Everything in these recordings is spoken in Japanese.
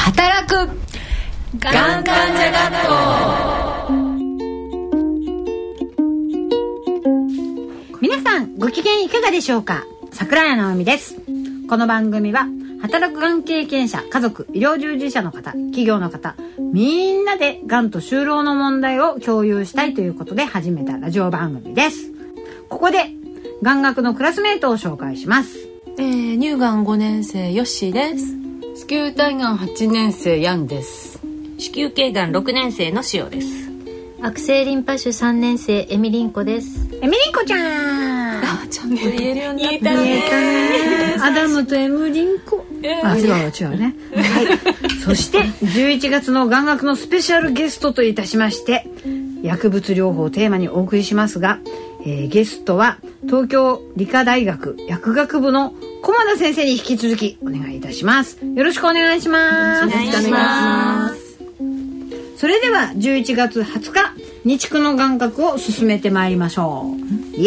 働くがん患者学校。 皆さんご機嫌いかがでしょうか。桜井直美です。この番組は働くがん経験者、家族、医療従事者の方、企業の方、みんなでがんと就労の問題を共有したいということで始めたラジオ番組です。ここでがん学のクラスメートを紹介します。 乳がん5年生ヨッシーです。 子宮体がん8年生ヤンです。 子宮頸がん6年生の塩です。 悪性リンパ腫3年生エミリンコです。 エミリンコちゃん。 ちゃんと言えるようになったね。アダムとエムリンコ。違うね。はい。そして11月のがん学のスペシャルゲストといたしまして、薬物療法をテーマにお送りしますが、ゲストは東京理科大学薬学部の駒田先生に引き続きお願いいたします。よろしくお願いします。 よろしくお願いします。 それでは11月20日日区のがん学を進めてまいりましょう。イエ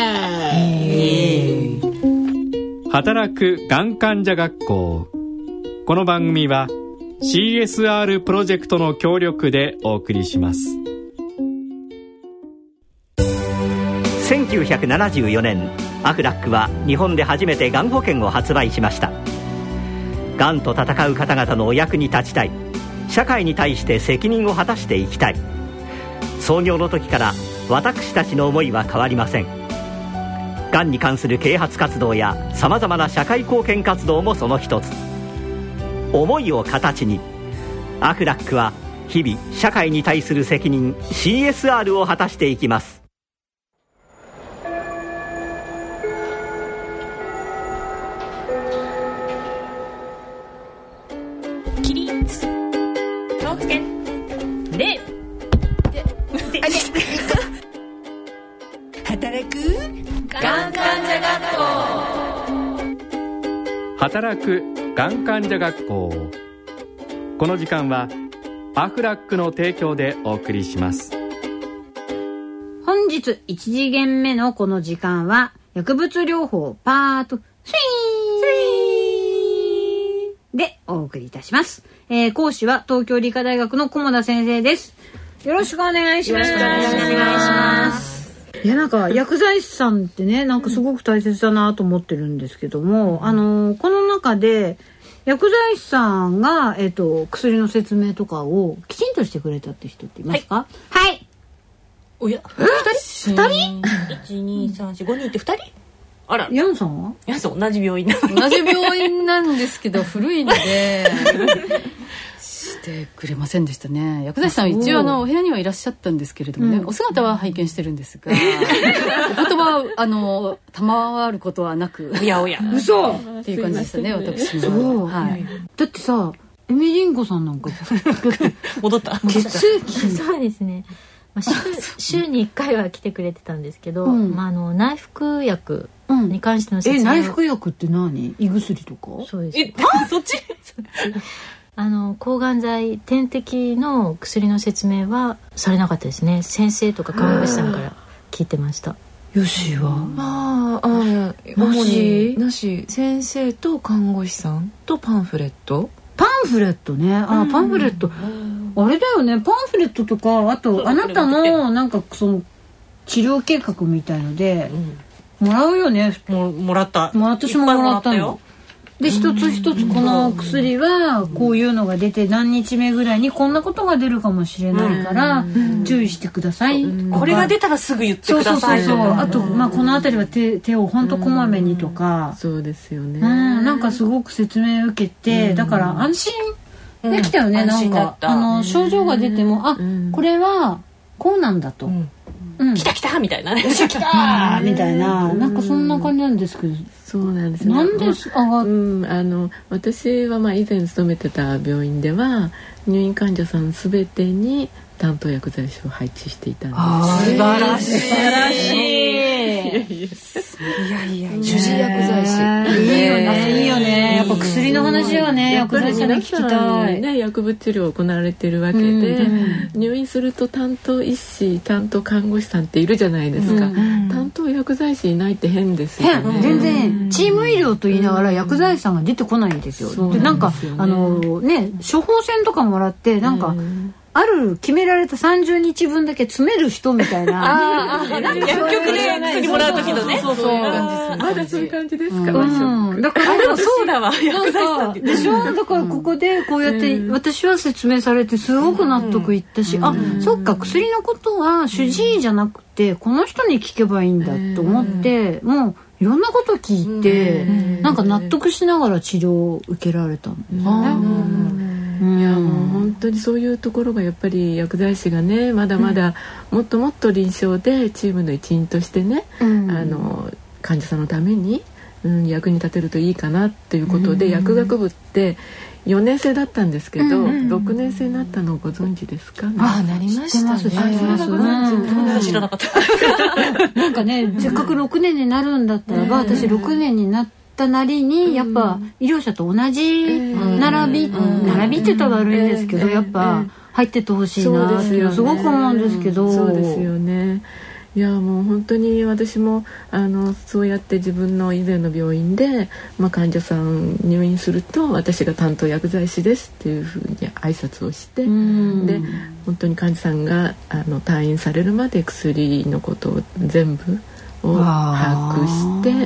ーイ。 働くがん患者学校。この番組は CSR プロジェクトの協力でお送りします。 1974年アフラックは日本で初めてがん保険を発売しました。がんと闘う方々のお役に立ちたい、社会に対して責任を果たしていきたい。創業の時から私たちの思いは変わりません。がんに関する啓発活動やさまざまな社会貢献活動もその一つ。思いを形にアフラックは日々社会に対する責任 CSR を果たしていきます。 起立、気をつけ、礼、 働くがん患者学校。 働くがん患者学校。この時間はアフラックの提供でお送りします。 本日1次元目のこの時間は薬物療法パート3でお送りいたします。講師は東京理科大学の駒田先生です。よろしくお願いします。 よろしくお願いします。 いや、なんか薬剤師さんってね、なんかすごく大切だなと思ってるんですけども、この中で薬剤師さんが、薬の説明とかをきちんとしてくれたって人っていますか？はい。 おや、 2人 1、2、3、4、5人って2人？あら、 ヤンさんは？ ヤンさん同じ病院なの。 同じ病院なんですけど古いのでしてくれませんでしたね。薬剤師さんは一応お部屋にはいらっしゃったんですけれどもね、お姿は拝見してるんですが、お言葉は賜ることはなく、 おやおや、 嘘っていう感じでしたね、私そうも。はい。 だってさ、エミリンコさんなんか戻った。 血液そうですね、週に1回は来てくれてたんですけど、内服薬に関しての説明を、 内服薬って何？胃薬とか？ そうです。 そっち抗がん剤点滴の薬の説明はされなかったですね。先生とか看護師さんから聞いてました。 よしは主になし。先生と看護師さんとパンフレットね。パンフレット、あれだよね。パンフレットとか、あとあなたのなんかその治療計画みたいのでもらうよね。 もらった。 私ももらったの。で、一つ一つこの薬はこういうのが出て何日目ぐらいにこんなことが出るかもしれないから注意してください。 これが出たらすぐ言ってください。 そう。あと、このあたりは手を本当こまめにとか。 そうですよね。 なんかすごく説明を受けて、だから安心できたよね。なんか症状が出ても、これはこうなんだと。 来たみたいなね。 来たみたいな、なんかそんな感じなんですけど。 そうなんですね。 なんです私は以前勤めてた病院では入院患者さんすべてに担当薬剤師を配置していたんです。 素晴らしい。 いや主治薬剤師いいよね。いいよね。やっぱ薬の話はね、薬剤師に聞きたい。 ね、薬物治療を行われているわけで、入院すると担当医師、担当看護師さんっているじゃないですか。担当薬剤師いないって変ですよね。 全然チーム医療と言いながら薬剤師さんが出てこないんですよ。でなんか処方箋とかもらってなんか、ある決められた30日分だけ詰める人みたいな。 薬局で薬もらう時のね。 そうまだそういう感じですか。 だからでもそうだわ。薬剤師さんってでしょ。だからここでこうやって私は説明されてすごく納得いったし、あ、そっか、薬のことは主治医じゃなくてこの人に聞けばいいんだと思って、もういろんなこと聞いて、なんか納得しながら治療を受けられたんですね。 いやもう本当にそういうところがやっぱり薬剤師がね、まだまだもっともっと臨床でチームの一員としてね、患者さんのために、役に立てるといいかなっていうことで、薬学部って4年生だったんですけど、6年生になったのをご存知ですか？ なりましたね。 知らなかった。 なんかね、せっかく6年になるんだったらば、私6年になったなりにやっぱ医療者と同じ並びって言ったら悪いんですけど、やっぱ入ってってほしいなってすごく思うんですけど。 そうですよね。いやもう本当に私もそうやって自分の以前の病院で、患者さん入院すると私が担当薬剤師ですっていうふうに挨拶をして、で本当に患者さんが退院されるまで薬のことを全部を把握して、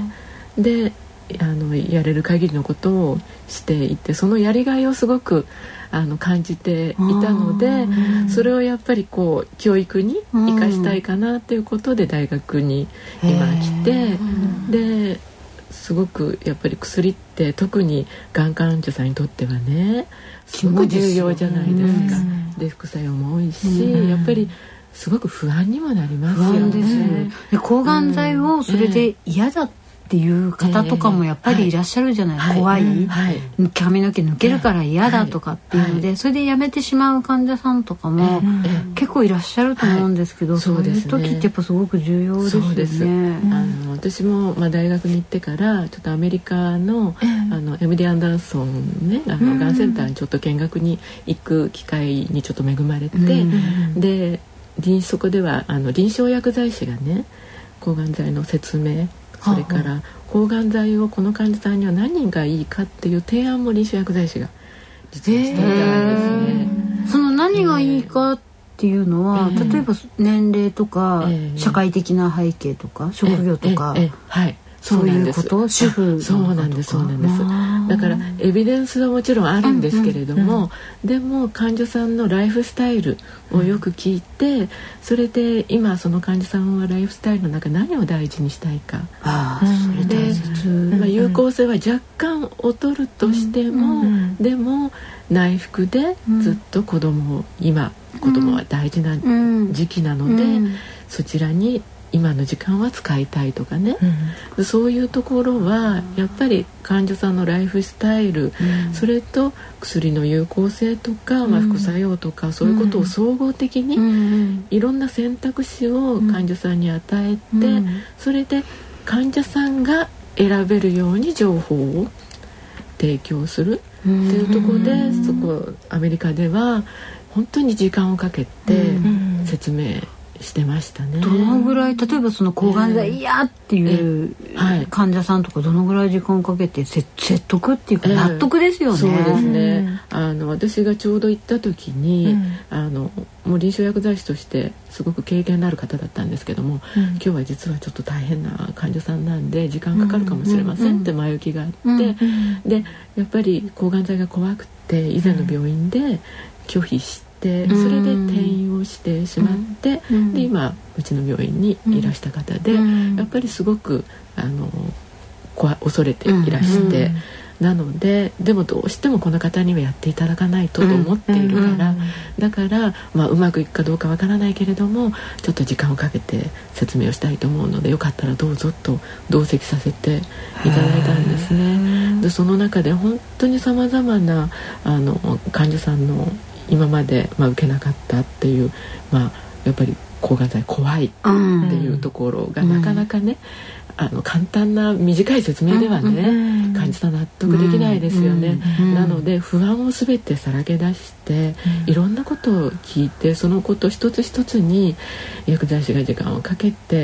でやれる限りのことをしていて、そのやりがいをすごく感じていたので、それをやっぱりこう教育に生かしたいかなということで大学に今来て、ですごくやっぱり薬って特にがん患者さんにとってはねすごく重要じゃないですか。で副作用も多いし、やっぱりすごく不安にもなりますよね。 で抗がん剤をそれで嫌だっていう方とかもやっぱりいらっしゃるじゃない、怖い、髪の毛抜けるから嫌だとかっていうので、それでやめてしまう患者さんとかも結構いらっしゃると思うんですけど、そういう時ってやっぱすごく重要ですよね。そうです。 私も大学に行ってからちょっとアメリカのMD アンダーソンね、がんセンターにちょっと見学に行く機会にちょっと恵まれて、でそこでは臨床薬剤師がね抗がん剤の説明、それから抗がん剤をこの患者さんには何がいいかっていう提案も臨床薬剤師が実はしていたんですね。 その何がいいかっていうのは、例えば年齢とか、社会的な背景とか職業とか、そういうこと、主婦そうなんです。だからエビデンスはもちろんあるんですけれども、でも患者さんのライフスタイルをよく聞いて、それで今その患者さんはライフスタイルの中何を大事にしたいか、それで、有効性は若干劣るとしても、でも内服でずっと子供は大事な時期なので、そちらに今の時間は使いたいとかね、そういうところはやっぱり患者さんのライフスタイル、それと薬の有効性とか、副作用とか、そういうことを総合的にいろんな選択肢を患者さんに与えて、それで患者さんが選べるように情報を提供するっていうところで、そこアメリカでは本当に時間をかけて説明してましたね。 どのぐらい、例えばその抗がん剤嫌っていう患者さんとかどのぐらい時間をかけて説得っていうか納得ですよね。 そうですね。私がちょうど行った時に、もう臨床薬剤師としてすごく経験のある方だったんですけども、今日は実はちょっと大変な患者さんなんで時間かかるかもしれませんって前置きがあって、でやっぱり抗がん剤が怖くて以前の病院で拒否して、それで転院をしてしまって、で今うちの病院にいらした方で、やっぱりすごく恐れていらして、なのででもどうしてもこの方にはやっていただかないとと思っているから、だから、うまくいくかどうかわからないけれどもちょっと時間をかけて説明をしたいと思うのでよかったらどうぞと同席させていただいたんですね。でその中で本当にさまざまな患者さんの今まで、受けなかったっていう、やっぱり抗がん剤怖いっていうところがなかなかね、簡単な短い説明ではね、患者さん納得できないですよね。なので不安をすべてさらけ出して、いろんなことを聞いて、そのこと一つ一つに薬剤師が時間をかけて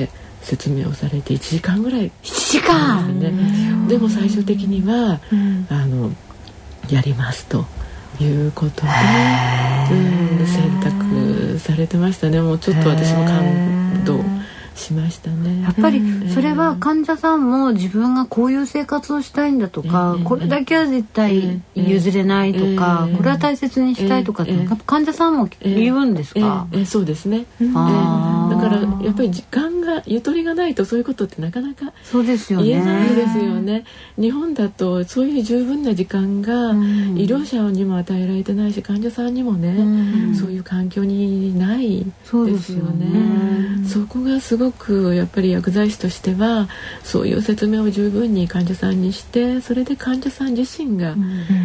説明をされて1時間ぐらい 1時間ですね。でも最終的には、やりますということで、選択されてましたね。もうちょっと私も感動しましたね。 やっぱりそれは患者さんも自分がこういう生活をしたいんだとか、これだけは絶対譲れないとか、これは大切にしたいとかって、患者さんも言うんですか？ そうですね。だからやっぱり時間がゆとりがないとそういうことってなかなかそうですよね。 言えないですよね。日本だとそういう十分な時間が医療者にも与えられてないし、患者さんにもね、そういう環境にないですよね。そこがすごくやっぱり薬剤師としてはそういう説明を十分に患者さんにして、それで患者さん自身が、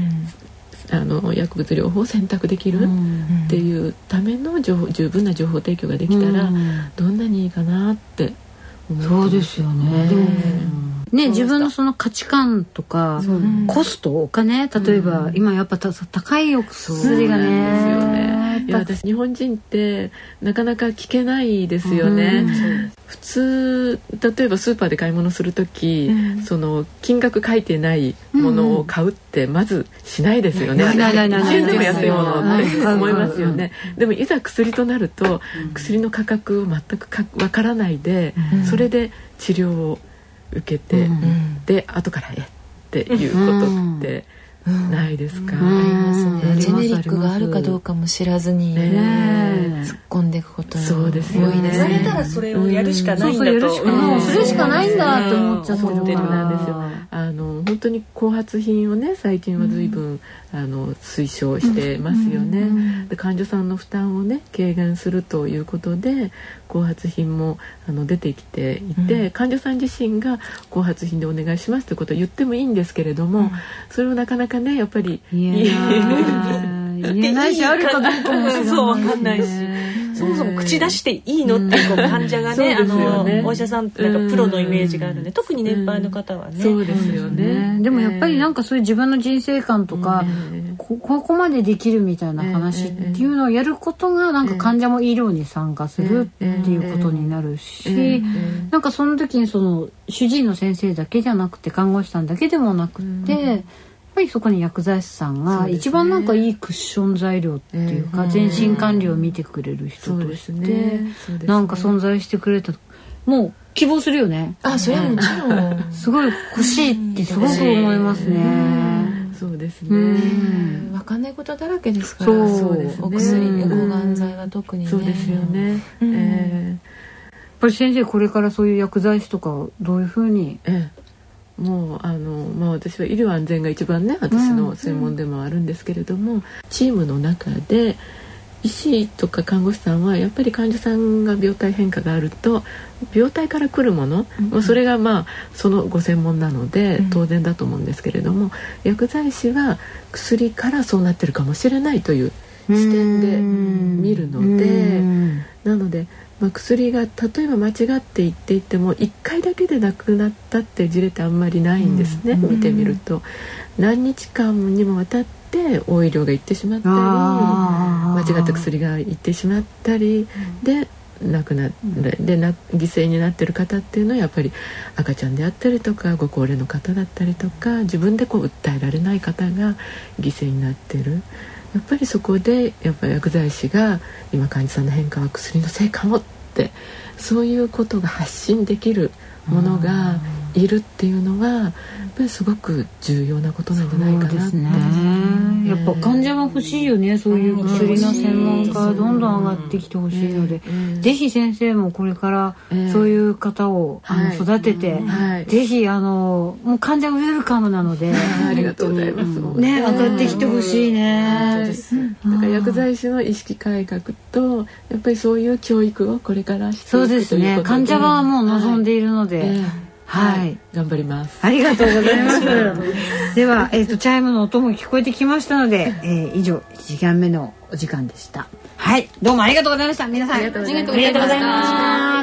薬物療法を選択できるっていうための十分な情報提供ができたら、どんなにいいかなって思ってます。 そうですよね。でもね、自分のその価値観とかコスト、お金、例えば今やっぱ高いお薬がね、 いや私日本人ってなかなか聞けないですよね。普通例えばスーパーで買い物するとき、その金額書いてないものを買うってまずしないですよね。1円でも安いものって思いますよね。でもいざ薬となると、薬の価格を全くわからないで、それで治療を受けて、で後からっていうことってないですか？ ジェネリックがあるかどうかも知らずに突っ込んでいくことが多いですね。 言われたらそれをやるしかないんだと、 それしかないんだって思っちゃってるからなんですよ。本当に後発品をね、最近は随分推奨してますよね。で患者さんの負担をね軽減するということで後発品も出てきていて、患者さん自身が後発品でお願いしますということを言ってもいいんですけれども、それをなかなかねやっぱり言えないし、あるかどうかも知らないし、 そう分かんないし、そもそも口出していいのっていう患者がね、お医者さんってなんかプロのイメージがあるね、特に年配の方はね。 そうですよね。 でもやっぱりなんかそういう自分の人生観とか、ここまでできるみたいな話っていうのをやることがなんか患者も医療に参加するっていうことになるし、なんかその時にその主治医の先生だけじゃなくて看護師さんだけでもなくて、やっぱりそこに薬剤師さんが一番なんかいいクッション材料っていうか、全身管理を見てくれる人としてなんか存在してくれた、もう希望するよね。 それはもちろんすごい欲しいってすごく思いますね。 そうですね。 分かんないことだらけですから、お薬、抗がん剤は特にね。 そうですよね。 やっぱり先生これからそういう薬剤師とかどういうふうに、 もう私は医療安全が一番ね私の専門でもあるんですけれども、チームの中で医師とか看護師さんはやっぱり患者さんが病態変化があると病態から来るもの、それがそのご専門なので当然だと思うんですけれども、薬剤師は薬からそうなってるかもしれないという視点で見るので、なので薬が例えば間違っていっていても1回だけでなくなったって事例ってあんまりないんですね。見てみると何日間にもわたって応医療がいってしまったり間違った薬がいってしまったりで亡くなって犠牲になってる方っていうのはやっぱり赤ちゃんであったりとかご高齢の方だったりとか自分で訴えられない方が犠牲になってる。やっぱりそこでやっぱり薬剤師が今患者さんの変化は薬のせいかもってそういうことが発信できるものがいるっていうのはやっぱりすごく重要なことなんじゃないかなって、 やっぱ患者は欲しいよね。そういう薬の専門家がどんどん上がってきてほしいので、ぜひ先生もこれからそういう方を育てて、ぜひもう患者ウェルカムなのでありがとうございますね、上がってきてほしいね。 だから薬剤師の意識改革とやっぱりそういう教育をこれからしていくということで、 そうですね、患者はもう望んでいるので、 頑張ります。 ありがとうございますでは、チャイムの音も聞こえてきましたので、以上1時間目のお時間でした。はい、どうもありがとうございました。皆さんありがとうございます。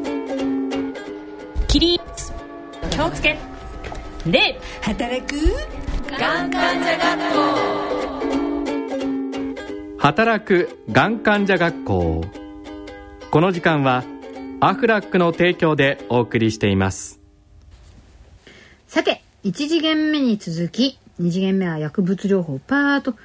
起立、気をつけ、礼、働くがん患者学校。 働くがん患者学校。この時間はアフラックの提供でお送りしています。 さて、1次元目に続き2次元目は薬物療法パート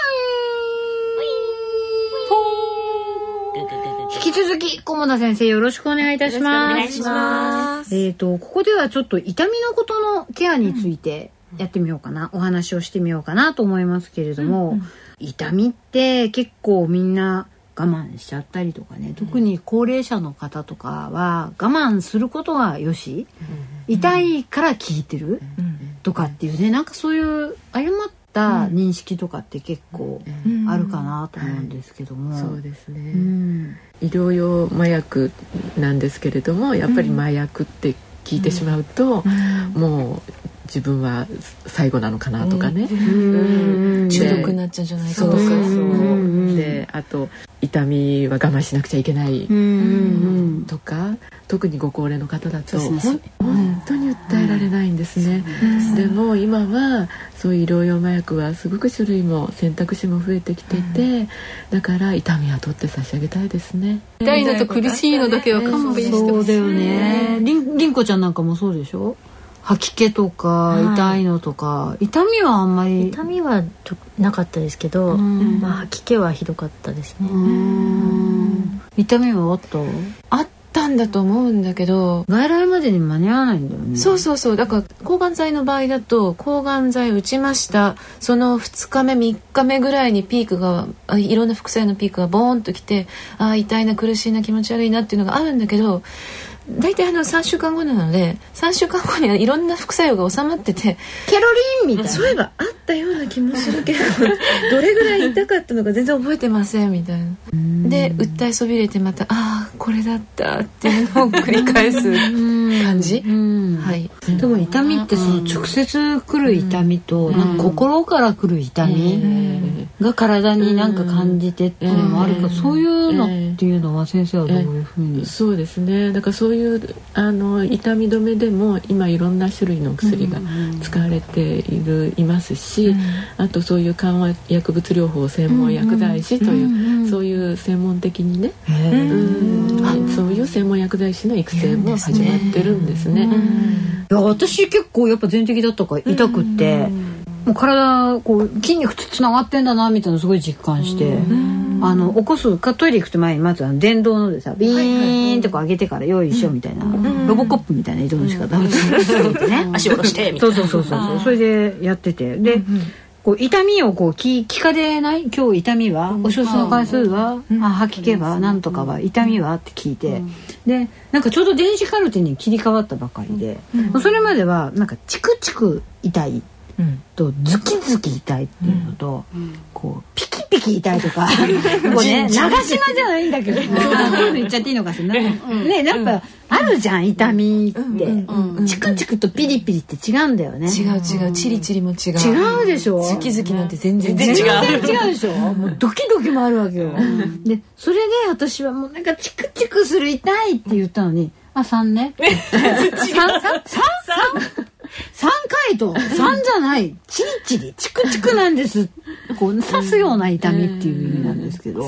引き続き菰田先生よろしくお願いいたします。お願いします。ここではちょっと痛みのことのケアについてやってみようかな、お話をしてみようかなと思いますけれども、痛みって結構みんな我慢しちゃったりとかね、特に高齢者の方とかは我慢することがよし、痛いから効いてるとかっていうね、なんかそういう誤った認識とかって結構あるかなと思うんですけども、 そうですね、医療用麻薬なんですけれども、やっぱり麻薬って聞いてしまうと、もう自分は最後なのかなとかね、 中毒になっちゃうんじゃないかとか、 であと痛みは我慢しなくちゃいけないとか、特にご高齢の方だと本当に訴えられないんですね。でも今はそういう医療用麻薬はすごく種類も選択肢も増えてきてて、だから痛みは取って差し上げたいですね。 痛いのと苦しいのだけは勘弁してほしい。 そうだよね。りんこちゃんなんかもそうでしょ。吐き気とか痛いのとか、痛みはあんまり。 痛みはなかったですけど、吐き気はひどかったですね。 痛みはあったんだと思うんだけど、 外来までに間に合わないんだよね。 そうだから抗がん剤の場合だと抗がん剤打ちました、その2日目3日目ぐらいにピークがいろんな副作用のピークがボーンときて、痛いな苦しいな気持ち悪いなっていうのがあるんだけど、大体3週間後なので3週間後にはいろんな副作用が収まってて、 ケロリンみたいな、 そういえばあったような気もするけどどれぐらい痛かったのか全然覚えてませんみたいな。で訴えそびれてまたこれだったっていうのを繰り返す感じ。はい。 でも痛みってその直接来る痛みと、なんか心から来る痛みが体になんか感じてっていうのもあるから、そういうのっていうのは先生はどういうふうに。 そうですね、だからそういう痛み止めでも今いろんな種類の薬が使われていますし、あとそういう緩和薬物療法専門薬剤師という、そういう専門的にね、そういう専門薬剤師の育成も始まってるんですね。 いや私結構やっぱ全摘だったから痛くって、もう体こう筋肉とつながってんだなみたいなのすごい実感して、起こすかトイレ行くと前にまず電動のでさビーンってこう上げてから用意しようみたいな、ロボコップみたいな移動の仕方をしてね、 足下ろしてみたいな。 そうそれでやってて、でこう痛みをこう聞かれない、今日痛みは、お小数の回数は、吐き気は、なんとかは、痛みはって聞いて、でなんかちょうど電子カルテに切り替わったばかりで、それまではなんかチクチク痛いとズキズキ痛いっていうのと、こうピキピキ痛いとかこうね、長島じゃないんだけど、こういうの言っちゃっていいのかしらね。やっぱあるじゃん痛みって、チクチクとピリピリって違うんだよね。 違うチリチリも違う。 違うでしょ。 ズキズキなんて全然違うでしょ。もうドキドキもあるわけよ。でそれで私はもうなんかチクチクする痛いって言ったのに、3ね。3回と3じゃない、チリチリチクチクなんです。こう刺すような痛みっていう意味なんですけど、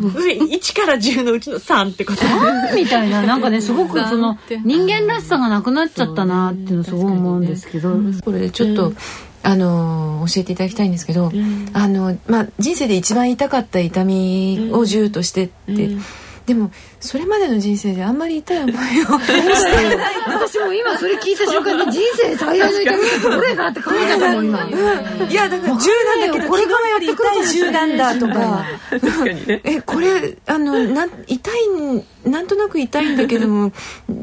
1から10のうちの3ってこと。 3みたいな、なんかねすごくその人間らしさがなくなっちゃったなっていうのすごい思うんですけど、 これちょっと教えていただきたいんですけど、人生で一番痛かった痛みを10としてって、でもそれまでの人生であんまり痛い思いをしてない。 私も今それ聞いた瞬間に人生最大の痛みってどれかって考えたかも今。 いやだから10なんだけどこれからより痛い10なんだとか、これ痛い、なんとなく痛いんだけども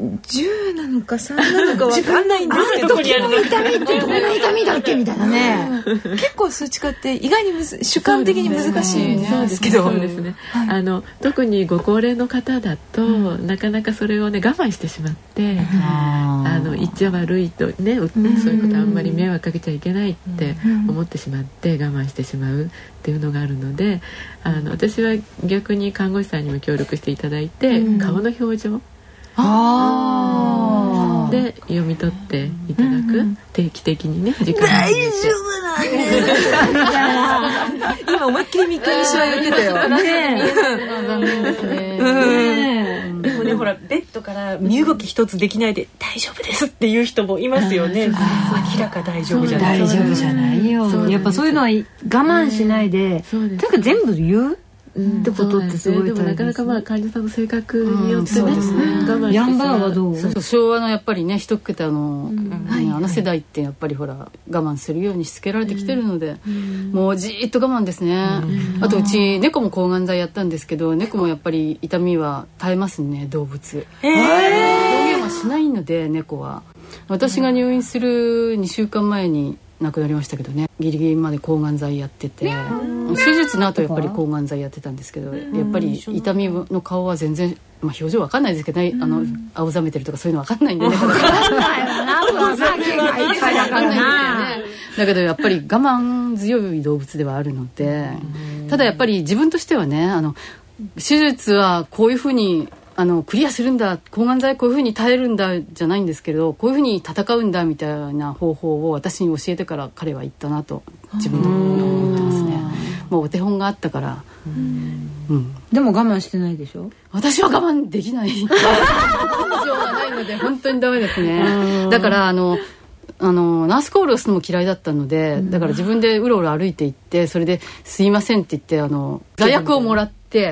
10なのか3なのか分かんないんですけど、 時の痛みってどんな痛みだっけみたいなね。 結構数値化って意外に主観的に難しいんですけど、 そうですね、特にご高齢の方だと、なかなかそれをね我慢してしまって、言っちゃ悪いとね、そういうことあんまり迷惑かけちゃいけないって思ってしまって我慢してしまうっていうのがあるので、私は逆に看護師さんにも協力していただいて、顔の表情で読み取っていただく、定期的にね時間を大丈夫なんです今思いっきり見返しは言ってたよね。 残念ですね。 でもねほらベッドから身動き一つできないで大丈夫ですっていう人もいますよね。明らか大丈夫じゃない。 大丈夫じゃないよ。やっぱそういうのは我慢しないで、とにかく全部言うってことってすごい大事です。 でもなかなかまあ患者さんの性格によってね、我慢してヤンバーはどう？ 昭和のやっぱりね一桁のあの世代ってやっぱりほら我慢するようにしつけられてきてるので、もうじーっと我慢ですね。あとうち猫も抗がん剤やったんですけど、猫もやっぱり痛みは耐えますね。動物表現はしないので猫は。私が入院する2週間前に亡くなりましたけどね、ギリギリまで抗がん剤やってて、手術の後やっぱり抗がん剤やってたんですけど、やっぱり痛みの顔は全然、まあ、表情わかんないですけどね、青ざめてるとかそういうのわかんないんでねだけどやっぱり我慢強い動物ではあるので、ただやっぱり自分としてはね、手術はこういうふうにクリアするんだ、抗がん剤こういうふうに耐えるんだじゃないんですけど、こういうふうに戦うんだみたいな方法を私に教えてから彼は言ったなと自分で思ってますね。もうお手本があったから。 でも我慢してないでしょ。 私は我慢できない根性がないので本当にダメですね。だからナースコールをするのも嫌いだったので、だから自分でうろうろ歩いていって、それですいませんって言って座薬をもらって、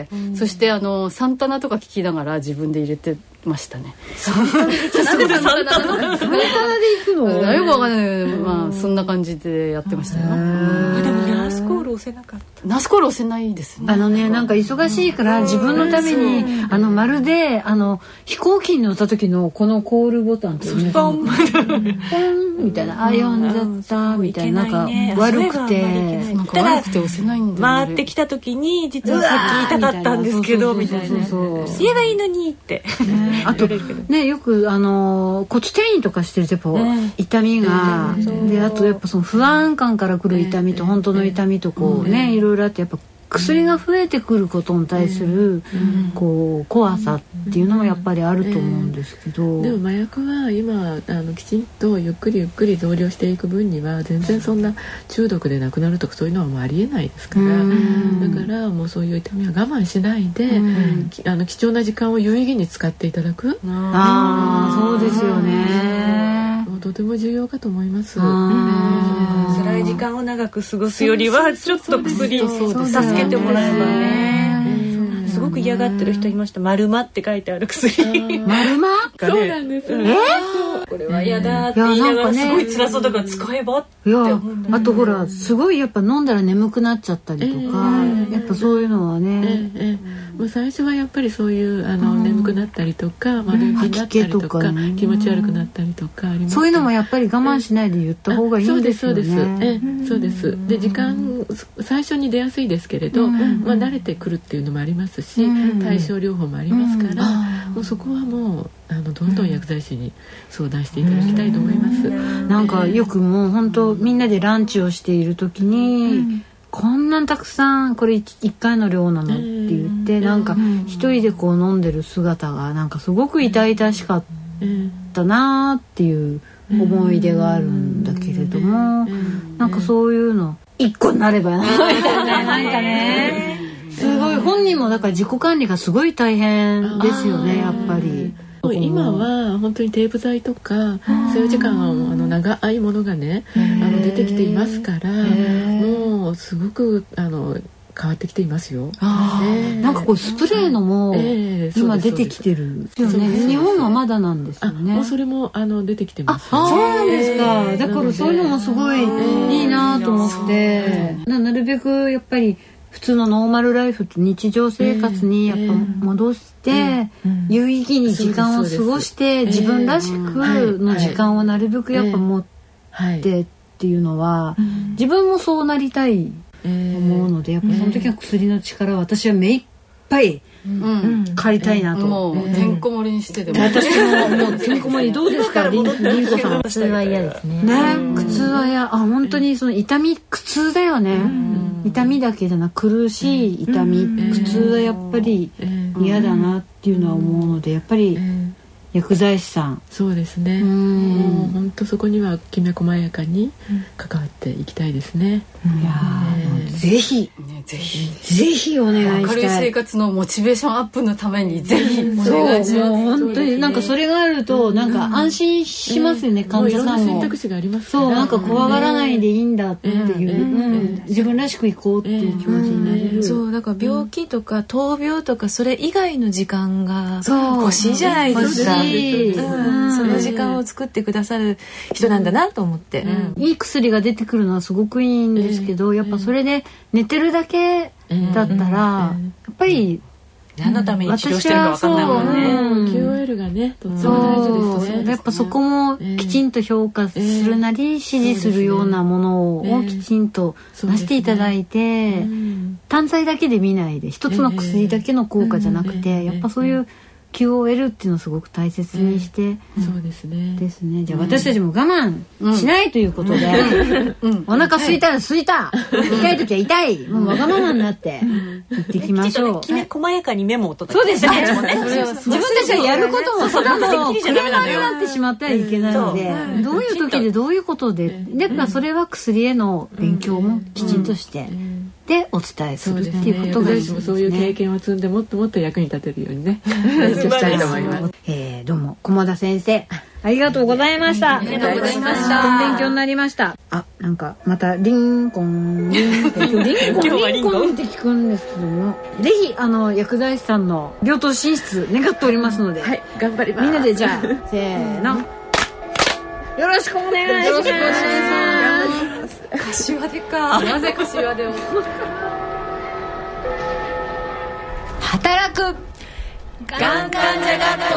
そしてサンタナとか聞きながら自分で入れてましたね。サンタナで行くの？よくわかんないけど、まあそんな感じでやってましたよ。 でもナースコール押せなかった。 ナースコール押せないですね。 なんか忙しいから自分のためにまるで飛行機に乗った時のこのコールボタンっていうポンみたいな、読んじゃったみたいな、なんか悪くて押せないんだ。 回ってきた時に実はさっき言いたかったんですけどみたいな、言えばいいのにってあとね、よく骨転移とかしてるとやっぱ痛みが、であとやっぱその不安感からくる痛みと本当の痛みとこうね、いろいろあって、やっぱ薬が増えてくることに対するこう怖さっていうのもやっぱりあると思うんですけど、 でも麻薬は今きちんとゆっくりゆっくり増量していく分には全然そんな中毒でなくなるとかそういうのはもうありえないですから、だからもうそういう痛みは我慢しないで、貴重な時間を有意義に使っていただく。 そうですよね。 とても重要かと思います。 辛い時間を長く過ごすよりはちょっと薬を助けてもらえばね。すごく嫌がってる人いました。マルマって書いてある薬。 マルマ？ そうなんです。 これは嫌だって言いながらすごい辛そうだから使えばって思うんだ。 あとほらすごいやっぱ飲んだら眠くなっちゃったりとか、やっぱそういうのはね。 もう最初はやっぱりそういう眠くなったりとか、悪気になったりとか、気持ち悪くなったりとかあります。 そういうのもやっぱり我慢しないで言った方がいいんですよね。 そうです。で時間最初に出やすいですけれど、慣れてくるっていうのもありますし、対症療法もありますから、もうそこはもうどんどん薬剤師に相談していただきたいと思います。 なんかよくもう本当みんなでランチをしている時に、こんなたくさんこれ 1回の量なのって言って、なんか一人でこう飲んでる姿がなんかすごく痛々しかったなっていう思い出があるんだけれども、なんかそういうの一個になればなみたいな、なんかね、すごい本人もだから自己管理がすごい大変ですよね、やっぱり。 今は本当にテープ剤とかそういう時間長いものがね出てきていますから、もうすごく変わってきていますよ。 なんかこうスプレーのも今出てきてるよね。日本はまだなんですよね。 もうそれも出てきてます。 そうなんですか。だからそういうのもすごいいいなと思って、なるべくやっぱり普通のノーマルライフって日常生活にやっぱ戻して有意義に時間を過ごして自分らしくの時間をなるべくやっぱ持ってっていうのは自分もそうなりたい思うので、やっぱその時は薬の力を私は目いっぱい借りたいなと。 もうてんこ盛りにしてでも。 私ももうてんこ盛りどうですか、りんこさん。 苦痛は嫌ですね。 苦痛は嫌。本当にその痛み苦痛だよね。痛みだけじゃなく苦しい痛み、苦痛はやっぱり嫌だなっていうのは思うので、やっぱり薬剤師さん。 そうですね。もう本当そこにはきめ細やかに関わっていきたいですね。 いやぜひ、ぜひお願いしたい。 明るい生活のモチベーションアップのためにぜひお願いします。 もう本当になんかそれがあるとなんか安心しますよね、患者さんも。 選択肢がありますから。そう、なんか怖がらないでいいんだっていう、自分らしくいこうっていう気持ちになれる。 そうだから病気とか闘病とかそれ以外の時間が欲しいじゃないですか。その時間を作ってくださる人なんだなと思って、 いい薬が出てくるのはすごくいいんですけど、やっぱそれで寝てるだけだったら、やっぱり何のために治療してるか分かんないもんね。 QOL がねとっても大事です。 やっぱそこもきちんと評価するなり、支持するようなものをきちんと出していただいて、単剤だけで見ないで一つの薬だけの効果じゃなくて、やっぱそういうQOL っていうのをすごごく大切にして、 そうですね。 ですね。じゃあ私たちも我慢しないということで、お腹空いたら空いた、痛い時は痛い、もうわがままになって言っていきましょう。 きめ細やかにメモを取って。そうですね。自分たちがやることもそれもクレーマーになってしまってはいけないので、どういう時でどういうことで、やっぱそれは薬への勉強もきちんとしてでお伝えするっていうことがいいですね。 そういう経験を積んでもっともっと役に立てるようにねしたいと思います。 どうも駒田先生ありがとうございました。 ありがとうございました。 勉強になりました。なんかまたリンコンって聞くんですけども、ぜひ薬剤師さんの病棟進出願っておりますので、 はい、頑張ります。 みんなでじゃあせーの、よろしくお願いします。 柏手か。なぜ柏手を。 働くがん患者学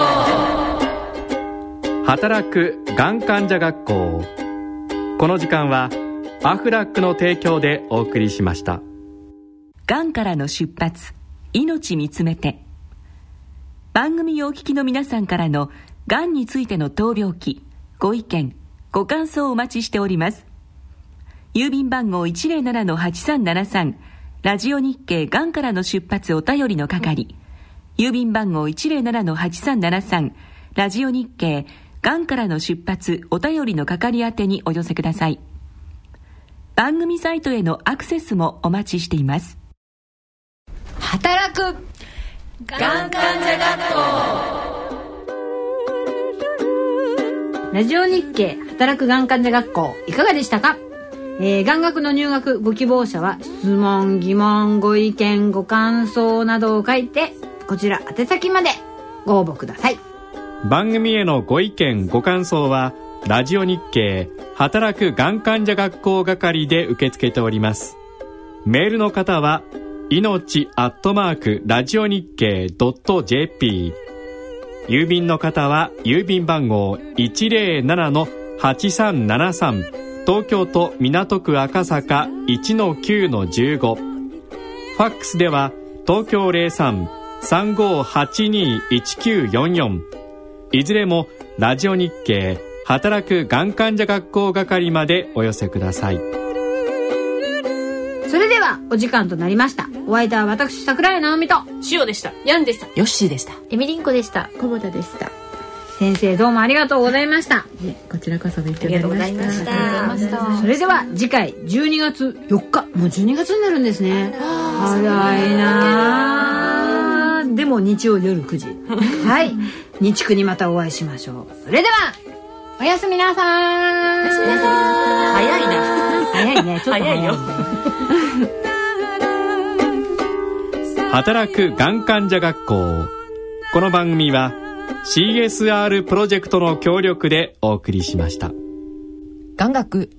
校。 働くがん患者学校。この時間はアフラックの提供でお送りしました。 がんからの出発、命見つめて。番組をお聞きの皆さんからのがんについての闘病記、ご意見ご感想をお待ちしております。郵便番号 107-8373 ラジオ日経がんからの出発お便りの係、郵便番号 107-8373 ラジオ日経がんからの出発お便りの係宛てにお寄せください。番組サイトへのアクセスもお待ちしています。 働くがん患者学校。ラジオ日経働くがん患者学校いかがでしたか？がん学の入学ご希望者は質問疑問ご意見ご感想などを書いてこちら宛先までご応募ください。 番組へのご意見ご感想はラジオ日経働くがん患者学校係で受け付けております。メールの方は命@ラジオ日経.jp、 郵便の方は郵便番号 107-8373 東京都港区赤坂 1-9-15、 ファックスでは東京 03-3582-1944、 いずれもラジオ日経働くがん患者学校係までお寄せください。 それではお時間となりました。お相手は私桜井直美と塩でした。 ヤンでした。 ヨッシーでした。 エミリンコでした。 小ボタでした。 先生どうもありがとうございました。 こちらこそ勉強になりました。 それでは次回12月4日、もう12月になるんですね。早いな。でも日曜夜9時はい日9にまたお会いしましょう。それではおやすみなさーい。おやすみなさーい。 早いな。 早いね。ちょっと早いよ。 働くがん患者学校。この番組は CSR プロジェクトの協力でお送りしました。 がん学